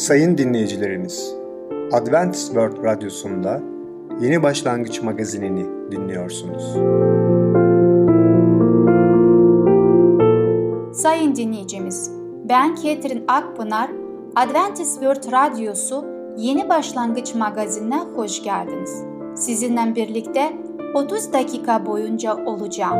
Sayın dinleyicilerimiz, Adventist World Radyosu'nda Yeni Başlangıç Magazinini dinliyorsunuz. Sayın dinleyicimiz, ben Ketrin Akpınar, Adventist World Radyosu Yeni Başlangıç Magazinine hoş geldiniz. Sizinle birlikte 30 dakika boyunca olacağım.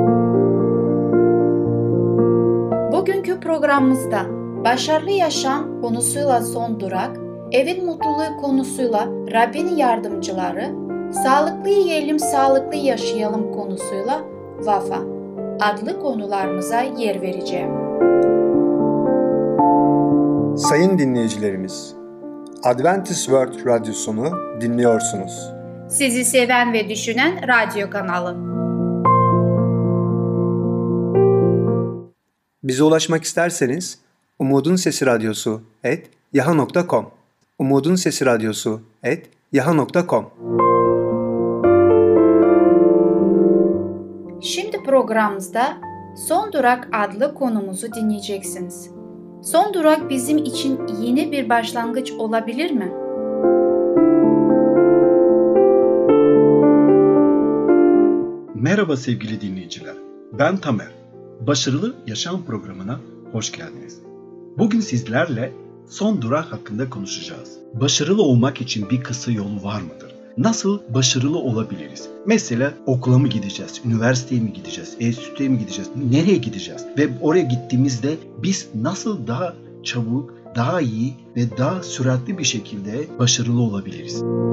Bugünkü programımızda başarılı yaşam konusuyla son durak, evin mutluluğu konusuyla Rabbin yardımcıları, sağlıklı yiyelim, sağlıklı yaşayalım konusuyla Vafa adlı konularımıza yer vereceğim. Sayın dinleyicilerimiz, Adventist World Radyosunu dinliyorsunuz. Sizi seven ve düşünen radyo kanalı. Bize ulaşmak isterseniz umudunsesiradyosu@yahoo.com umudunsesiradyosu@yahoo.com. Şimdi programımızda Son Durak adlı konumuzu dinleyeceksiniz. Son durak bizim için yeni bir başlangıç olabilir mi? Merhaba sevgili dinleyiciler, ben Tamer. Başarılı Yaşam programına hoş geldiniz. Bugün sizlerle son durak hakkında konuşacağız. Başarılı olmak için bir kısa yolu var mıdır? Nasıl başarılı olabiliriz? Mesela okula mı gideceğiz, üniversiteye mi gideceğiz, enstitüye mi gideceğiz, nereye gideceğiz? Ve oraya gittiğimizde biz nasıl daha çabuk, daha iyi ve daha süratli bir şekilde başarılı olabiliriz?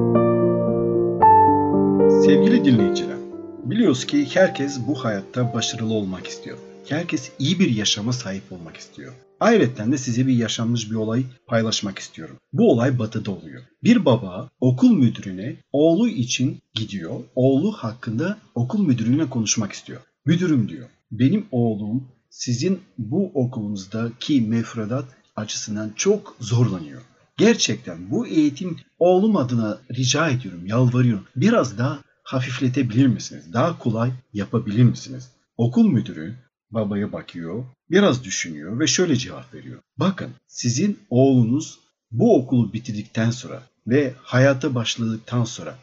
Sevgili dinleyiciler, biliyoruz ki herkes bu hayatta başarılı olmak istiyor. Herkes iyi bir yaşama sahip olmak istiyor. Ayrıca de size bir yaşanmış bir olay paylaşmak istiyorum. Bu olay Batı'da oluyor. Bir baba okul müdürüne oğlu için gidiyor. Oğlu hakkında okul müdürüne konuşmak istiyor. Müdürüm diyor, benim oğlum sizin bu okulunuzdaki müfredat açısından çok zorlanıyor. Gerçekten bu eğitim oğlum adına rica ediyorum, yalvarıyorum. Biraz daha hafifletebilir misiniz? Daha kolay yapabilir misiniz? Okul müdürü babaya bakıyor, biraz düşünüyor ve şöyle cevap veriyor. Bakın, sizin oğlunuz bu okulu bitirdikten sonra ve hayata başladıktan sonra,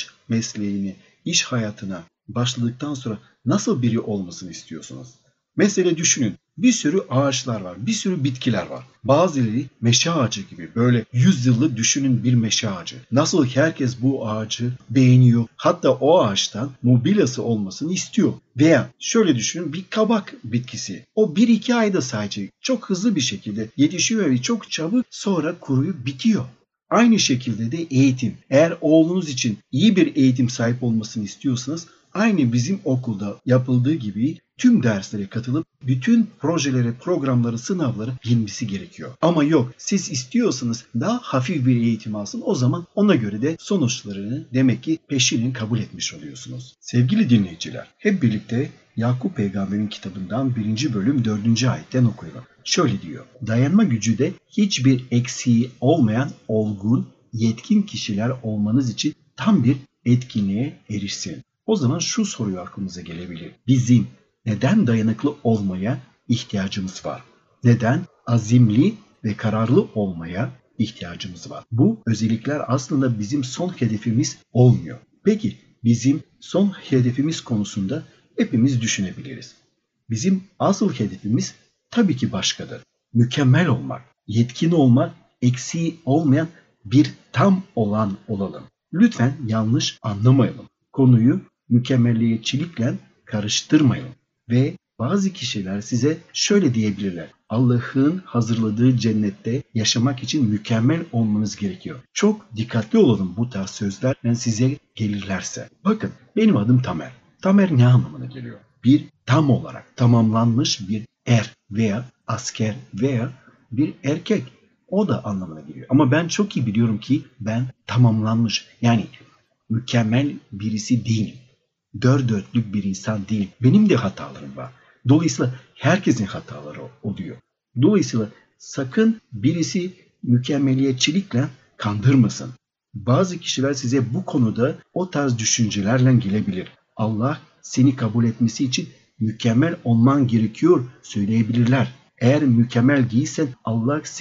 iş hayatına başladıktan sonra nasıl biri olmasını istiyorsunuz? Mesela düşünün, bir sürü ağaçlar var, bir sürü bitkiler var. Bazıları meşe ağacı gibi, böyle 100 yıllık düşünün bir meşe ağacı. Nasıl herkes bu ağacı beğeniyor, hatta o ağaçtan mobilyası olmasını istiyor. Veya şöyle düşünün, bir kabak bitkisi. O 1-2 ayda sadece çok hızlı bir şekilde yetişiyor ve çok çabuk sonra kuruyup bitiyor. Aynı şekilde de eğitim. Eğer oğlunuz için iyi bir eğitim sahip olmasını istiyorsanız, aynı bizim okulda yapıldığı gibi tüm derslere katılıp bütün projelere, programları, sınavları bilmesi gerekiyor. Ama yok, siz istiyorsanız daha hafif bir eğitim alsın, o zaman ona göre de sonuçlarını demek ki peşinen kabul etmiş oluyorsunuz. Sevgili dinleyiciler, hep birlikte Yakup Peygamber'in kitabından 1. bölüm 4. ayetten okuyalım. Şöyle diyor: dayanma gücü de hiçbir eksiği olmayan olgun, yetkin kişiler olmanız için tam bir etkinliğe erişsin. O zaman şu soruyu aklımıza gelebilir. Bizim neden dayanıklı olmaya ihtiyacımız var? Neden azimli ve kararlı olmaya ihtiyacımız var? Bu özellikler aslında bizim son hedefimiz olmuyor. Peki bizim son hedefimiz konusunda hepimiz düşünebiliriz. Bizim asıl hedefimiz tabii ki başkadır. Mükemmel olmak, yetkin olmak, eksiği olmayan bir tam olan olalım. Lütfen yanlış anlamayalım. Konuyu mükemmelliyetçilikle karıştırmayın. Ve bazı kişiler size şöyle diyebilirler: Allah'ın hazırladığı cennette yaşamak için mükemmel olmanız gerekiyor. Çok dikkatli olalım bu tarz sözler size gelirlerse. Bakın, benim adım Tamer. Tamer ne anlamına geliyor? Bir tam olarak tamamlanmış bir er veya asker veya bir erkek. O da anlamına geliyor. Ama ben çok iyi biliyorum ki ben tamamlanmış, yani mükemmel birisi değilim. Dört dörtlük bir insan değilim. Benim de hatalarım var. Dolayısıyla herkesin hataları oluyor. Dolayısıyla sakın birisi mükemmeliyetçilikle kandırmasın. Bazı kişiler size bu konuda o tarz düşüncelerle gelebilir. Allah seni kabul etmesi için mükemmel olman gerekiyor söyleyebilirler. Eğer mükemmel değilsen Allah seni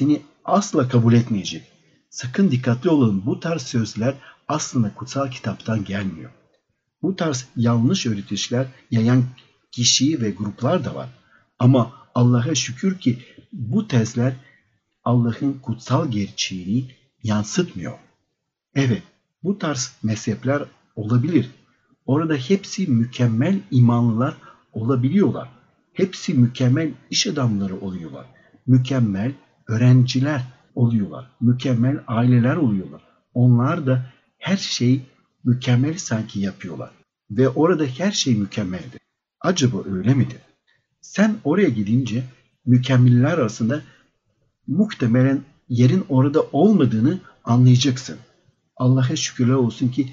asla kabul etmeyecek. Sakın dikkatli olun, bu tarz sözler aslında kutsal kitaptan gelmiyor. Bu tarz yanlış öğretişler yayan kişi ve gruplar da var. Ama Allah'a şükür ki bu tezler Allah'ın kutsal gerçeğini yansıtmıyor. Evet, bu tarz mezhepler olabilir. Orada hepsi mükemmel imanlılar olabiliyorlar. Hepsi mükemmel iş adamları oluyorlar. Mükemmel öğrenciler oluyorlar. Mükemmel aileler oluyorlar. Onlar da her şey mükemmel sanki yapıyorlar. Ve orada her şey mükemmeldir. Acaba öyle midir? Sen oraya gidince mükemmeller arasında muhtemelen yerin orada olmadığını anlayacaksın. Allah'a şükürler olsun ki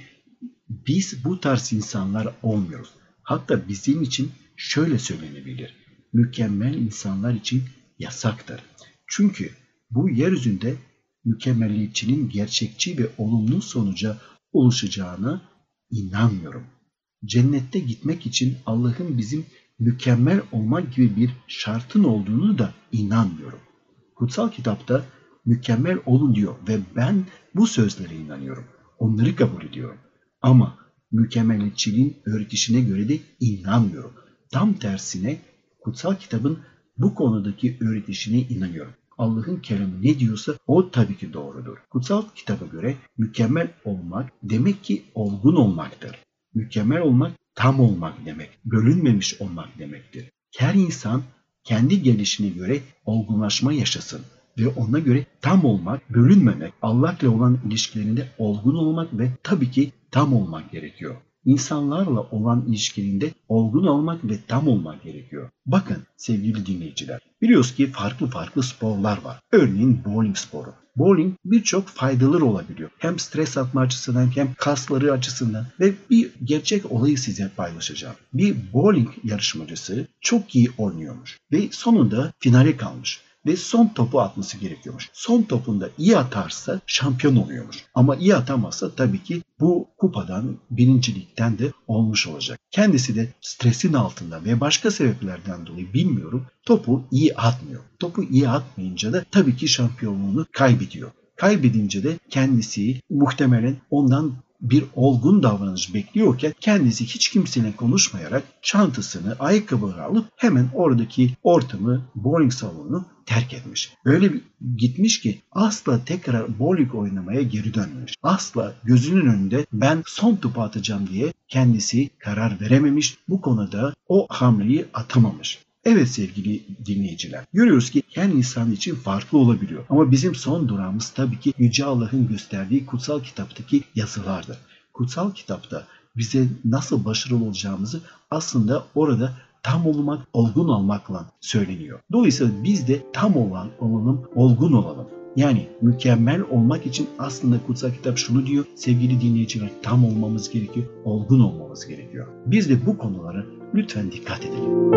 biz bu tarz insanlar olmuyoruz. Hatta bizim için şöyle söylenebilir. Mükemmel insanlar için yasaktır. Çünkü bu yeryüzünde mükemmeliyetçinin gerçekçi ve olumlu sonuca ulaşacağına inanmıyorum. Cennette gitmek için Allah'ın bizim mükemmel olmak gibi bir şartın olduğunu da inanmıyorum. Kutsal kitapta mükemmel olun diyor ve ben bu sözlere inanıyorum. Onları kabul ediyorum. Ama mükemmeliyetçiliğin öğretişine göre de inanmıyorum. Tam tersine kutsal kitabın bu konudaki öğretişine inanıyorum. Allah'ın kelamı ne diyorsa o tabii ki doğrudur. Kutsal kitaba göre mükemmel olmak demek ki olgun olmaktır. Mükemmel olmak tam olmak demek, bölünmemiş olmak demektir. Her insan kendi gelişine göre olgunlaşma yaşasın ve ona göre tam olmak, bölünmemek, Allah'la olan ilişkilerinde olgun olmak ve tabii ki tam olmak gerekiyor. İnsanlarla olan ilişkilerinde olgun olmak ve tam olmak gerekiyor. Bakın sevgili dinleyiciler, biliyoruz ki farklı sporlar var. Örneğin bowling sporu. Bowling birçok faydaları olabiliyor. Hem stres atma açısından hem kasları açısından ve bir gerçek olayı size paylaşacağım. Bir bowling yarışmacısı çok iyi oynuyormuş ve sonunda finale kalmış. Ve son topu atması gerekiyormuş. Son topunda iyi atarsa şampiyon oluyormuş. Ama iyi atamazsa tabii ki bu kupadan, birincilikten de olmuş olacak. Kendisi de stresin altında ve başka sebeplerden dolayı bilmiyorum topu iyi atmıyor. Topu iyi atmayınca da tabii ki şampiyonluğunu kaybediyor. Kaybedince de kendisi muhtemelen ondan bir olgun davranış bekliyorken kendisi hiç kimseyle konuşmayarak çantasını, ayakkabıları alıp hemen oradaki ortamı, bowling salonunu terk etmiş. Öyle gitmiş ki asla tekrar bowling oynamaya geri dönmemiş. Asla gözünün önünde ben son topu atacağım diye kendisi karar verememiş. Bu konuda o hamleyi atamamış. Evet sevgili dinleyiciler, görüyoruz ki her insan için farklı olabiliyor. Ama bizim son durağımız tabii ki Yüce Allah'ın gösterdiği kutsal kitaptaki yazılardır. Kutsal kitapta bize nasıl başarılı olacağımızı aslında orada tam olmak, olgun olmakla söyleniyor. Dolayısıyla biz de tam olalım, olgun olalım. Yani mükemmel olmak için aslında kutsal kitap şunu diyor, sevgili dinleyiciler, tam olmamız gerekiyor, olgun olmamız gerekiyor. Biz de bu konulara lütfen dikkat edelim.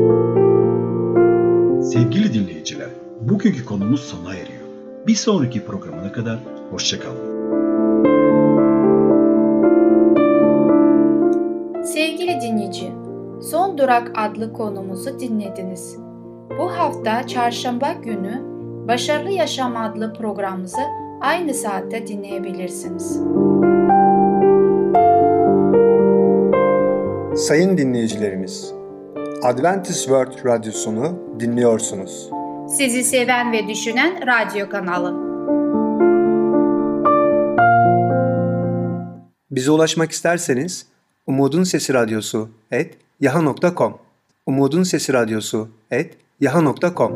Sevgili dinleyiciler, bugünkü konumuz sona eriyor. Bir sonraki programına kadar hoşça kalın. Sevgili dinleyici, Son Durak adlı konumuzu dinlediniz. Bu hafta çarşamba günü Başarılı Yaşam adlı programımızı aynı saatte dinleyebilirsiniz. Sayın dinleyicilerimiz, Adventist World Radyosunu dinliyorsunuz. Sizi seven ve düşünen radyo kanalı. Bize ulaşmak isterseniz umudunsesiradyosu@yahoo.com umudunsesiradyosu@yahoo.com.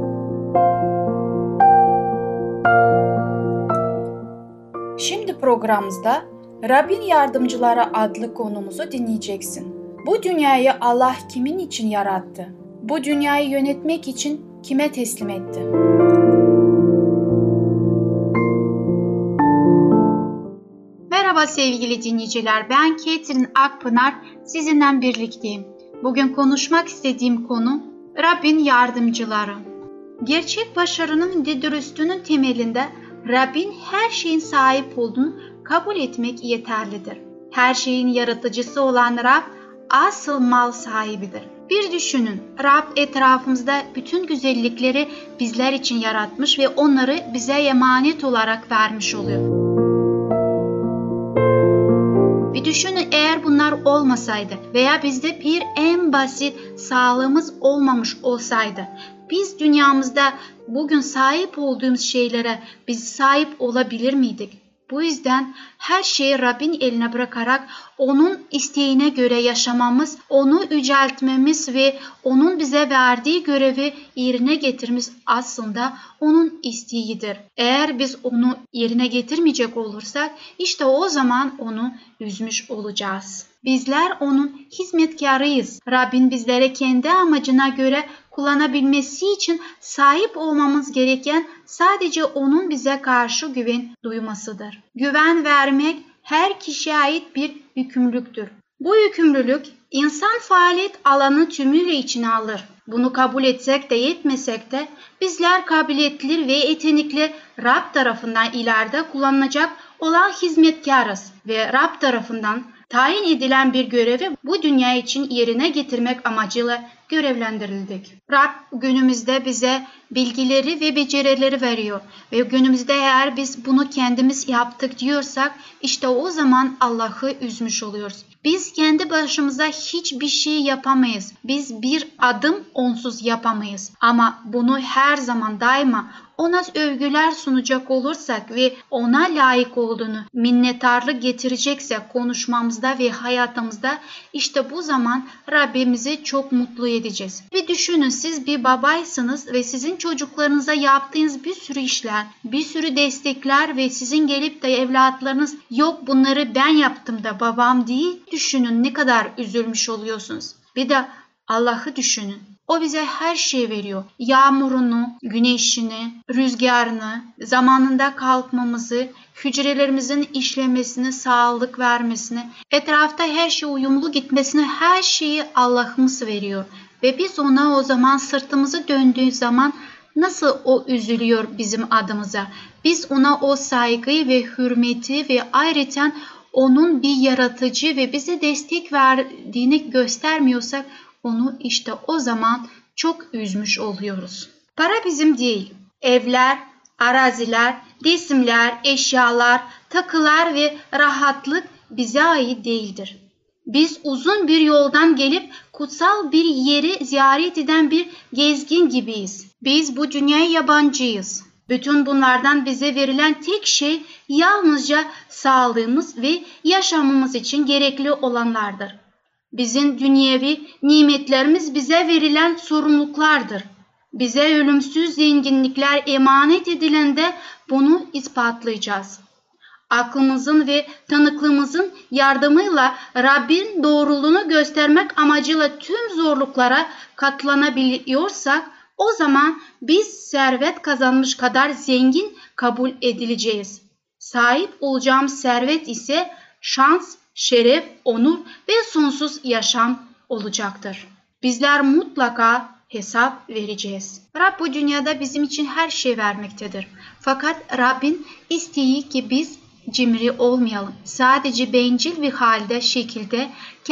Şimdi programımızda Rabbin Yardımcıları adlı konumuzu dinleyeceksin. Bu dünyayı Allah kimin için yarattı? Bu dünyayı yönetmek için kime teslim etti? Merhaba sevgili dinleyiciler, ben Ketrin Akpınar, sizinle birlikteyim. Bugün konuşmak istediğim konu Rabbin Yardımcıları. Gerçek başarının ve dürüstlüğünün temelinde Rabbin her şeyin sahip olduğunu kabul etmek yeterlidir. Her şeyin yaratıcısı olan Rab asıl mal sahibidir. Bir düşünün, Rab etrafımızda bütün güzellikleri bizler için yaratmış ve onları bize emanet olarak vermiş oluyor. Bir düşünün, eğer bunlar olmasaydı veya bizde bir en basit sağlığımız olmamış olsaydı, biz dünyamızda bugün sahip olduğumuz şeylere biz sahip olabilir miydik? Bu yüzden her şeyi Rabbin eline bırakarak onun isteğine göre yaşamamız, onu yüceltmemiz ve onun bize verdiği görevi yerine getirmemiz aslında onun isteğidir. Eğer biz onu yerine getirmeyecek olursak işte o zaman onu üzmüş olacağız. Bizler onun hizmetkarıyız. Rabbin bizlere kendi amacına göre kullanabilmesi için sahip olmamız gereken sadece onun bize karşı güven duymasıdır. Güven vermek her kişiye ait bir yükümlülüktür. Bu yükümlülük insan faaliyet alanı tümüyle içine alır. Bunu kabul etsek de etmesek de bizler kabiliyetli ve yetenekli Rab tarafından ileride kullanılacak olan hizmetkarız ve Rab tarafından tayin edilen bir görevi bu dünya için yerine getirmek amacıyla görevlendirildik. Rab günümüzde bize bilgileri ve becerileri veriyor ve günümüzde eğer biz bunu kendimiz yaptık diyorsak işte o zaman Allah'ı üzmüş oluyoruz. Biz kendi başımıza hiçbir şey yapamayız. Biz bir adım onsuz yapamayız. Ama bunu her zaman daima ona övgüler sunacak olursak ve ona layık olduğunu minnettarlık getireceksek konuşmamızda ve hayatımızda işte bu zaman Rabbimizi çok mutlu edeceğiz. Bir düşünün, siz bir babaysınız ve sizin çocuklarınıza yaptığınız bir sürü işler, bir sürü destekler ve sizin gelip de evlatlarınız yok bunları ben yaptım da babam değil. Düşünün ne kadar üzülmüş oluyorsunuz. Bir de Allah'ı düşünün. O bize her şeyi veriyor. Yağmurunu, güneşini, rüzgarını, zamanında kalkmamızı, hücrelerimizin işlemesini, sağlık vermesini, etrafta her şey uyumlu gitmesini, her şeyi Allah'ımız veriyor. Ve biz ona o zaman sırtımızı döndüğü zaman nasıl o üzülüyor bizim adımıza? Biz ona o saygıyı ve hürmeti ve ayrıca onun bir yaratıcı ve bize destek verdiğini göstermiyorsak onu işte o zaman çok üzmüş oluyoruz. Para bizim değil. Evler, araziler, cisimler, eşyalar, takılar ve rahatlık bize ait değildir. Biz uzun bir yoldan gelip kutsal bir yeri ziyaret eden bir gezgin gibiyiz. Biz bu dünyaya yabancıyız. Bütün bunlardan bize verilen tek şey yalnızca sağlığımız ve yaşamımız için gerekli olanlardır. Bizim dünyevi nimetlerimiz bize verilen sorumluluklardır. Bize ölümsüz zenginlikler emanet edilende bunu ispatlayacağız. Aklımızın ve tanıklığımızın yardımıyla Rabbin doğruluğunu göstermek amacıyla tüm zorluklara katlanabiliyorsak o zaman biz servet kazanmış kadar zengin kabul edileceğiz. Sahip olacağımız servet ise şans, şeref, onur ve sonsuz yaşam olacaktır. Bizler mutlaka hesap vereceğiz. Rab bu dünyada bizim için her şey vermektedir. Fakat Rabbin isteği ki biz cimri olmayalım. Sadece bencil bir şekilde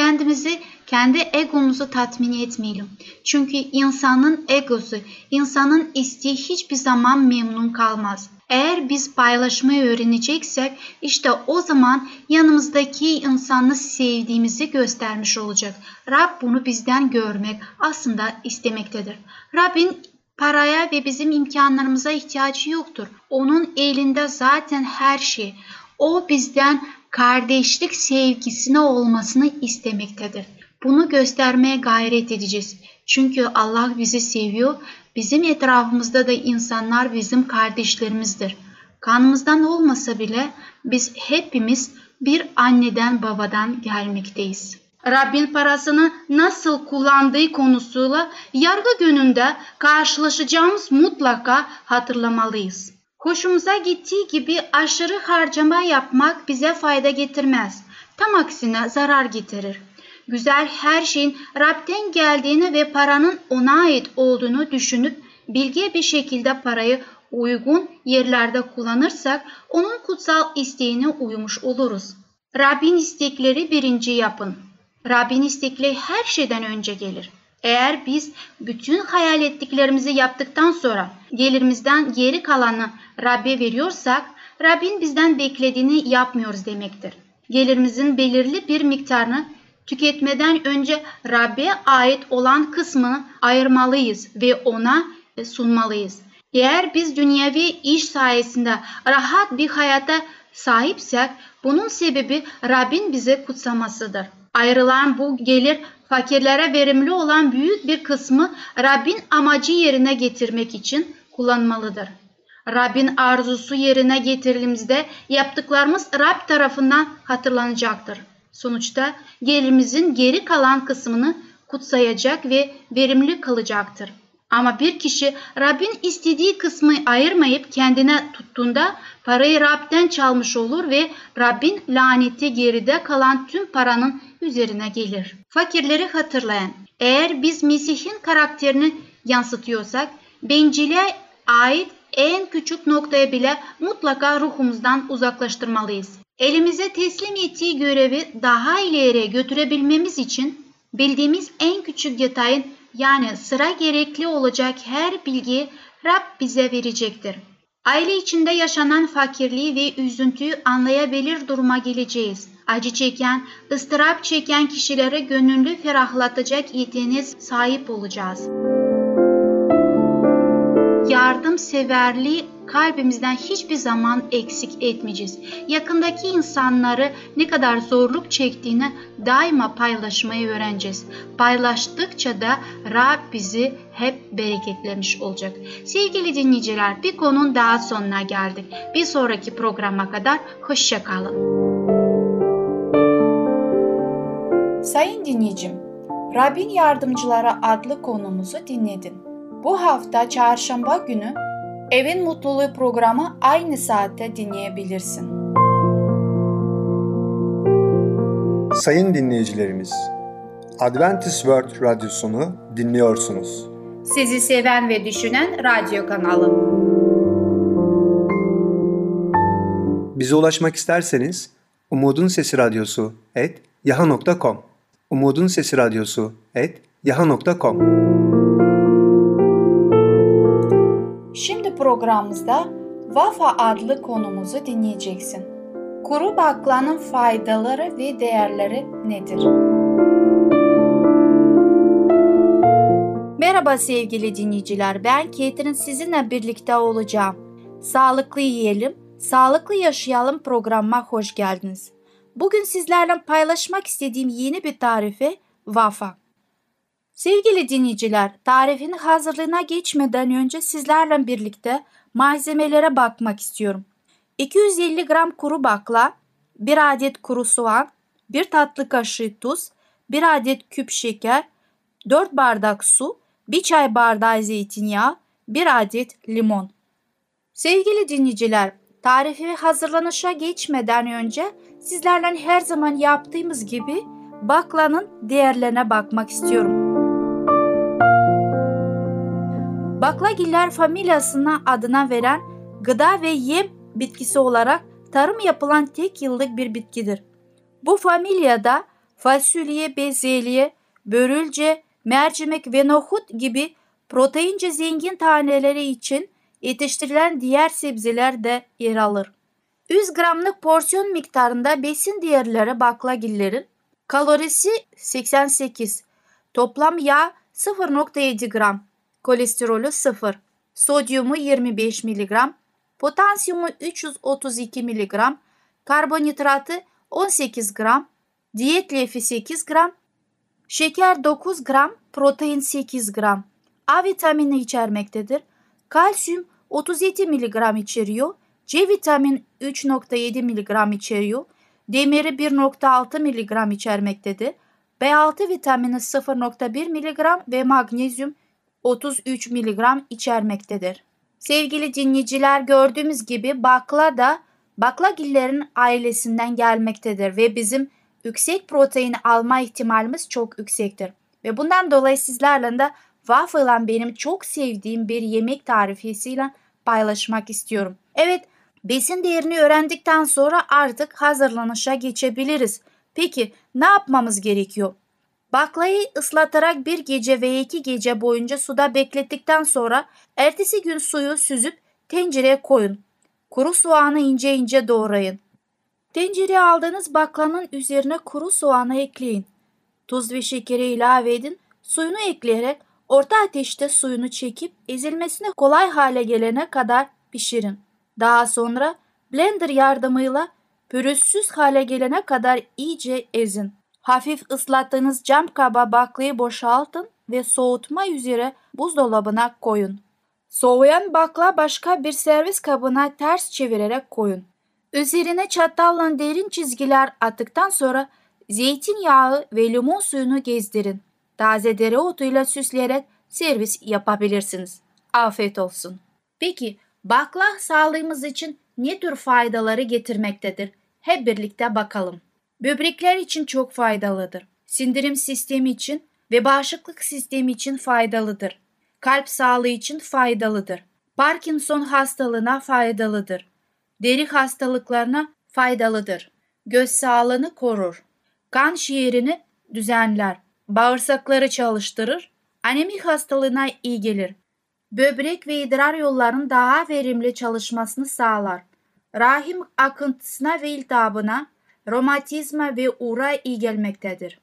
kendi egomuzu tatmin etmeyelim. Çünkü insanın egosu, insanın isteği hiçbir zaman memnun kalmaz. Eğer biz paylaşmayı öğreneceksek işte o zaman yanımızdaki insanı sevdiğimizi göstermiş olacak. Rab bunu bizden görmek aslında istemektedir. Rabbin paraya ve bizim imkanlarımıza ihtiyacı yoktur. Onun elinde zaten her şey. O bizden kardeşlik sevgisine olmasını istemektedir. Bunu göstermeye gayret edeceğiz. Çünkü Allah bizi seviyor. Bizim etrafımızda da insanlar bizim kardeşlerimizdir. Kanımızdan olmasa bile biz hepimiz bir anneden babadan gelmekteyiz. Rabbin parasını nasıl kullandığı konusuyla yargı gününde karşılaşacağımız mutlaka hatırlamalıyız. Hoşumuza gittiği gibi aşırı harcama yapmak bize fayda getirmez. Tam aksine zarar getirir. Güzel her şeyin Rab'den geldiğini ve paranın ona ait olduğunu düşünüp bilge bir şekilde parayı uygun yerlerde kullanırsak onun kutsal isteğine uymuş oluruz. Rabbin istekleri birinci yapın. Rabbin istekleri her şeyden önce gelir. Eğer biz bütün hayal ettiklerimizi yaptıktan sonra gelirimizden geri kalanı Rab'be veriyorsak, Rabbin bizden beklediğini yapmıyoruz demektir. Gelirimizin belirli bir miktarını tüketmeden önce Rab'be ait olan kısmını ayırmalıyız ve ona sunmalıyız. Eğer biz dünyevi iş sayesinde rahat bir hayata sahipsek, bunun sebebi Rabbin bize kutsamasıdır. Ayrılan bu gelir fakirlere verimli olan büyük bir kısmı Rabbin amacı yerine getirmek için kullanmalıdır. Rabbin arzusu yerine getirildiğimizde yaptıklarımız Rab tarafından hatırlanacaktır. Sonuçta gelirimizin geri kalan kısmını kutsayacak ve verimli kılacaktır. Ama bir kişi Rabbin istediği kısmı ayırmayıp kendine tuttuğunda parayı Rab'den çalmış olur ve Rabbin laneti geride kalan tüm paranın üzerine gelir. Fakirleri hatırlayan, eğer biz Mesih'in karakterini yansıtıyorsak, bencilliğe ait en küçük noktaya bile mutlaka ruhumuzdan uzaklaştırmalıyız. Elimize teslim ettiği görevi daha ileriye götürebilmemiz için bildiğimiz en küçük detayın, yani sıra gerekli olacak her bilgiyi Rab bize verecektir. Aile içinde yaşanan fakirliği ve üzüntüyü anlayabilir duruma geleceğiz. Acı çeken, ıstırap çeken kişilere gönüllü ferahlatacak yeteneğe sahip olacağız. Yardımseverliği kalbimizden hiçbir zaman eksik etmeyeceğiz. Yakındaki insanları ne kadar zorluk çektiğini daima paylaşmayı öğreneceğiz. Paylaştıkça da Rab bizi hep bereketlemiş olacak. Sevgili dinleyiciler, bir konunun daha sonuna geldik. Bir sonraki programa kadar hoşça kalın. Sayın dinleyicim, Rabbin Yardımcıları adlı konumuzu dinledin. Bu hafta çarşamba günü Evin Mutluluğu programı aynı saatte dinleyebilirsin. Sayın dinleyicilerimiz, Adventist World Radyosunu dinliyorsunuz. Sizi seven ve düşünen radyo kanalı. Bize ulaşmak isterseniz umudunsesiradyosu@yahoo.com umudunsesiradyosu@yahoo.com. Şimdi programımızda Vafa adlı konumuzu dinleyeceksin. Kuru baklanın faydaları ve değerleri nedir? Merhaba sevgili dinleyiciler, ben Catherine, sizinle birlikte olacağım. Sağlıklı yiyelim, sağlıklı yaşayalım programıma hoş geldiniz. Bugün sizlerle paylaşmak istediğim yeni bir tarife wafa. Sevgili dinleyiciler, tarifin hazırlığına geçmeden önce sizlerle birlikte malzemelere bakmak istiyorum. 250 gram kuru bakla, 1 adet kuru soğan, 1 tatlı kaşığı tuz, 1 adet küp şeker, 4 bardak su, 1 çay bardağı zeytinyağı, 1 adet limon. Sevgili dinleyiciler, tarifi hazırlanışa geçmeden önce sizlerle her zaman yaptığımız gibi baklanın değerlerine bakmak istiyorum. Baklagiller familyasına adına veren gıda ve yem bitkisi olarak tarım yapılan tek yıllık bir bitkidir. Bu familyada fasulye, bezelye, börülce, mercimek ve nohut gibi proteince zengin taneleri için yetiştirilen diğer sebzeler de yer alır. 100 gramlık porsiyon miktarında besin değerleri baklagillerin kalorisi 88, toplam yağ 0,7 gram, kolesterolü 0, sodyumu 25 mg, potasyumu 332 mg, karbonhidratı 18 gram, diyet lifi 8 gram, şeker 9 gram, protein 8 gram. A vitamini içermektedir. Kalsiyum 37 mg içeriyor. C vitamin 3,7 mg içeriyor. Demiri 1,6 mg içermektedir. B6 vitamini 0,1 mg ve magnezyum 33 mg içermektedir. Sevgili dinleyiciler, gördüğümüz gibi bakla da baklagillerin ailesinden gelmektedir ve bizim yüksek protein alma ihtimalimiz çok yüksektir. Ve bundan dolayı sizlerle de waffle benim çok sevdiğim bir yemek tarifesiyle paylaşmak istiyorum. Evet, besin değerini öğrendikten sonra artık hazırlanışa geçebiliriz. Peki ne yapmamız gerekiyor? Baklayı ıslatarak bir gece veya 2 gece boyunca suda beklettikten sonra ertesi gün suyu süzüp tencereye koyun. Kuru soğanı ince ince doğrayın. Tencereye aldığınız baklanın üzerine kuru soğanı ekleyin. Tuz ve şekeri ilave edin. Suyunu ekleyerek orta ateşte suyunu çekip ezilmesine kolay hale gelene kadar pişirin. Daha sonra blender yardımıyla pürüzsüz hale gelene kadar iyice ezin. Hafif ıslattığınız cam kaba baklayı boşaltın ve soğutma üzere buzdolabına koyun. Soğuyan bakla başka bir servis kabına ters çevirerek koyun. Üzerine çatalla derin çizgiler attıktan sonra zeytinyağı ve limon suyunu gezdirin. Taze dereotuyla süsleyerek servis yapabilirsiniz. Afiyet olsun. Peki bakla sağlığımız için ne tür faydaları getirmektedir? Hep birlikte bakalım. Böbrekler için çok faydalıdır. Sindirim sistemi için ve bağışıklık sistemi için faydalıdır. Kalp sağlığı için faydalıdır. Parkinson hastalığına faydalıdır. Deri hastalıklarına faydalıdır. Göz sağlığını korur. Kan şekerini düzenler. Bağırsakları çalıştırır. Anemik hastalığına iyi gelir. Böbrek ve idrar yollarının daha verimli çalışmasını sağlar. Rahim akıntısına ve iltihabına, romatizma ve ura iyi gelmektedir.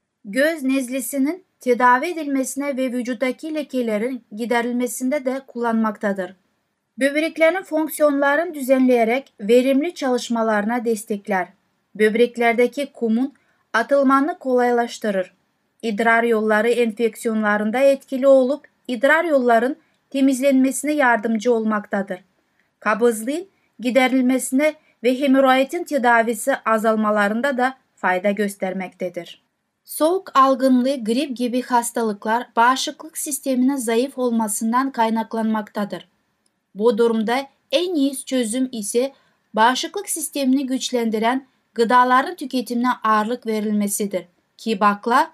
Göz nezlesinin tedavi edilmesine ve vücuttaki lekelerin giderilmesinde de kullanmaktadır. Böbreklerin fonksiyonlarını düzenleyerek verimli çalışmalarına destekler. Böbreklerdeki kumun atılmanı kolaylaştırır. İdrar yolları enfeksiyonlarında etkili olup idrar yolların temizlenmesine yardımcı olmaktadır. Kabızlığın giderilmesine ve hemoroidin tedavisi azalmalarında da fayda göstermektedir. Soğuk algınlığı, grip gibi hastalıklar bağışıklık sisteminin zayıf olmasından kaynaklanmaktadır. Bu durumda en iyi çözüm ise bağışıklık sistemini güçlendiren gıdaların tüketimine ağırlık verilmesidir. Ki bakla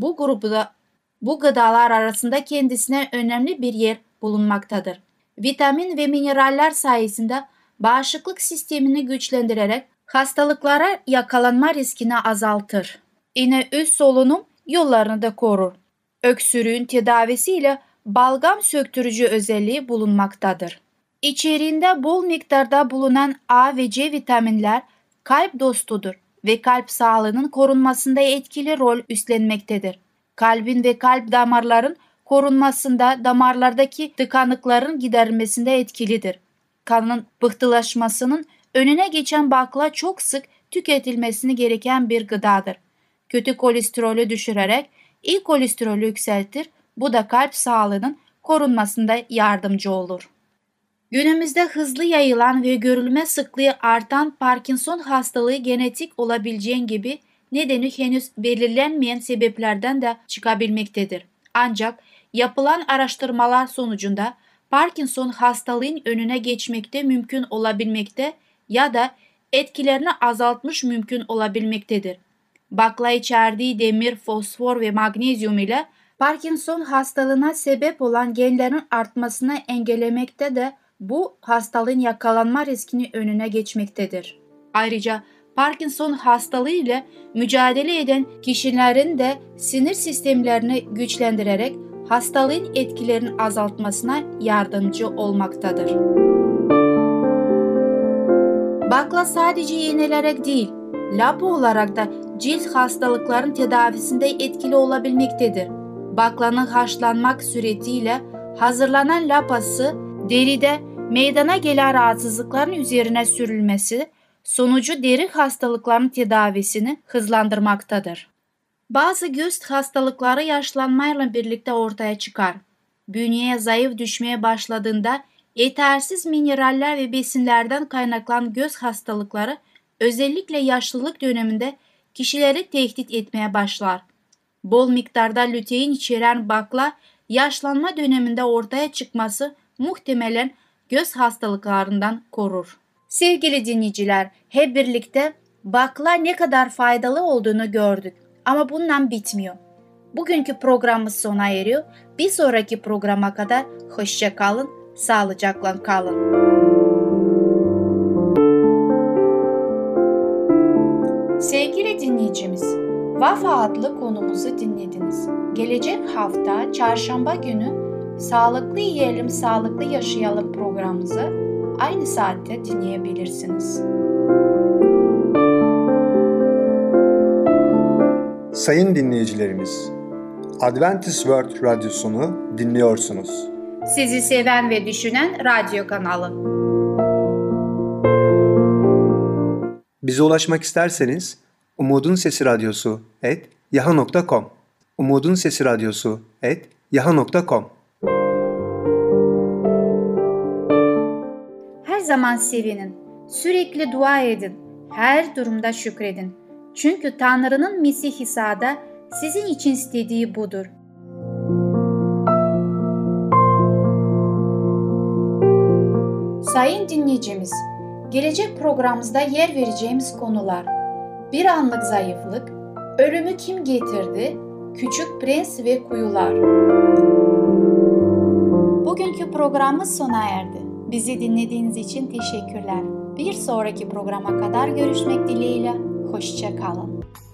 bu gıdalar arasında kendisine önemli bir yer bulunmaktadır. Vitamin ve mineraller sayesinde bağışıklık sistemini güçlendirerek hastalıklara yakalanma riskini azaltır. Yine üst solunum yollarını da korur. Öksürüğün tedavisiyle balgam söktürücü özelliği bulunmaktadır. İçeriğinde bol miktarda bulunan A ve C vitaminler kalp dostudur ve kalp sağlığının korunmasında etkili rol üstlenmektedir. Kalbin ve kalp damarların korunmasında, damarlardaki tıkanıkların giderilmesinde etkilidir. Kanın pıhtılaşmasının önüne geçen bakla çok sık tüketilmesini gereken bir gıdadır. Kötü kolesterolü düşürerek iyi kolesterolü yükseltir. Bu da kalp sağlığının korunmasında yardımcı olur. Günümüzde hızlı yayılan ve görülme sıklığı artan Parkinson hastalığı genetik olabileceğin gibi nedeni henüz belirlenmeyen sebeplerden de çıkabilmektedir. Ancak yapılan araştırmalar sonucunda Parkinson hastalığın önüne geçmekte mümkün olabilmekte ya da etkilerini azaltmış mümkün olabilmektedir. Bakla içerdiği demir, fosfor ve magnezyum ile Parkinson hastalığına sebep olan genlerin artmasını engellemekte de bu hastalığın yakalanma riskini önüne geçmektedir. Ayrıca Parkinson hastalığı ile mücadele eden kişilerin de sinir sistemlerini güçlendirerek hastalığın etkilerini azaltmasına yardımcı olmaktadır. Bakla sadece yenilerek değil, lapa olarak da cilt hastalıkların tedavisinde etkili olabilmektedir. Baklanın haşlanmak suretiyle hazırlanan lapası deride meydana gelen rahatsızlıkların üzerine sürülmesi sonucu deri hastalıklarının tedavisini hızlandırmaktadır. Bazı göz hastalıkları yaşlanmayla birlikte ortaya çıkar. Bünyeye zayıf düşmeye başladığında yetersiz mineraller ve besinlerden kaynaklanan göz hastalıkları özellikle yaşlılık döneminde kişileri tehdit etmeye başlar. Bol miktarda lutein içeren bakla yaşlanma döneminde ortaya çıkması muhtemelen göz hastalıklarından korur. Sevgili dinleyiciler, hep birlikte bakla ne kadar faydalı olduğunu gördük. Ama bundan bitmiyor. Bugünkü programımız sona eriyor. Bir sonraki programa kadar hoşça kalın, sağlıcakla kalın. Sevgili dinleyicimiz, Vafa adlı konumuzu dinlediniz. Gelecek hafta çarşamba günü Sağlıklı Yiyelim, Sağlıklı Yaşayalım programımızı aynı saatte dinleyebilirsiniz. Sayın dinleyicilerimiz, Adventist World Radyosunu dinliyorsunuz. Sizi seven ve düşünen radyo kanalı. Bize ulaşmak isterseniz Umutun Sesi Radyosu @yahoo.com Umutun Sesi Radyosu @yahoo.com. Her zaman sevinin, sürekli dua edin, her durumda şükredin. Çünkü Tanrı'nın Mesih İsa'da sizin için istediği budur. Sayın dinleyicimiz, gelecek programımızda yer vereceğimiz konular: bir anlık zayıflık, ölümü kim getirdi, Küçük Prens ve Kuyular. Bugünkü programımız sona erdi. Bizi dinlediğiniz için teşekkürler. Bir sonraki programa kadar görüşmek dileğiyle. Hoşça kalın.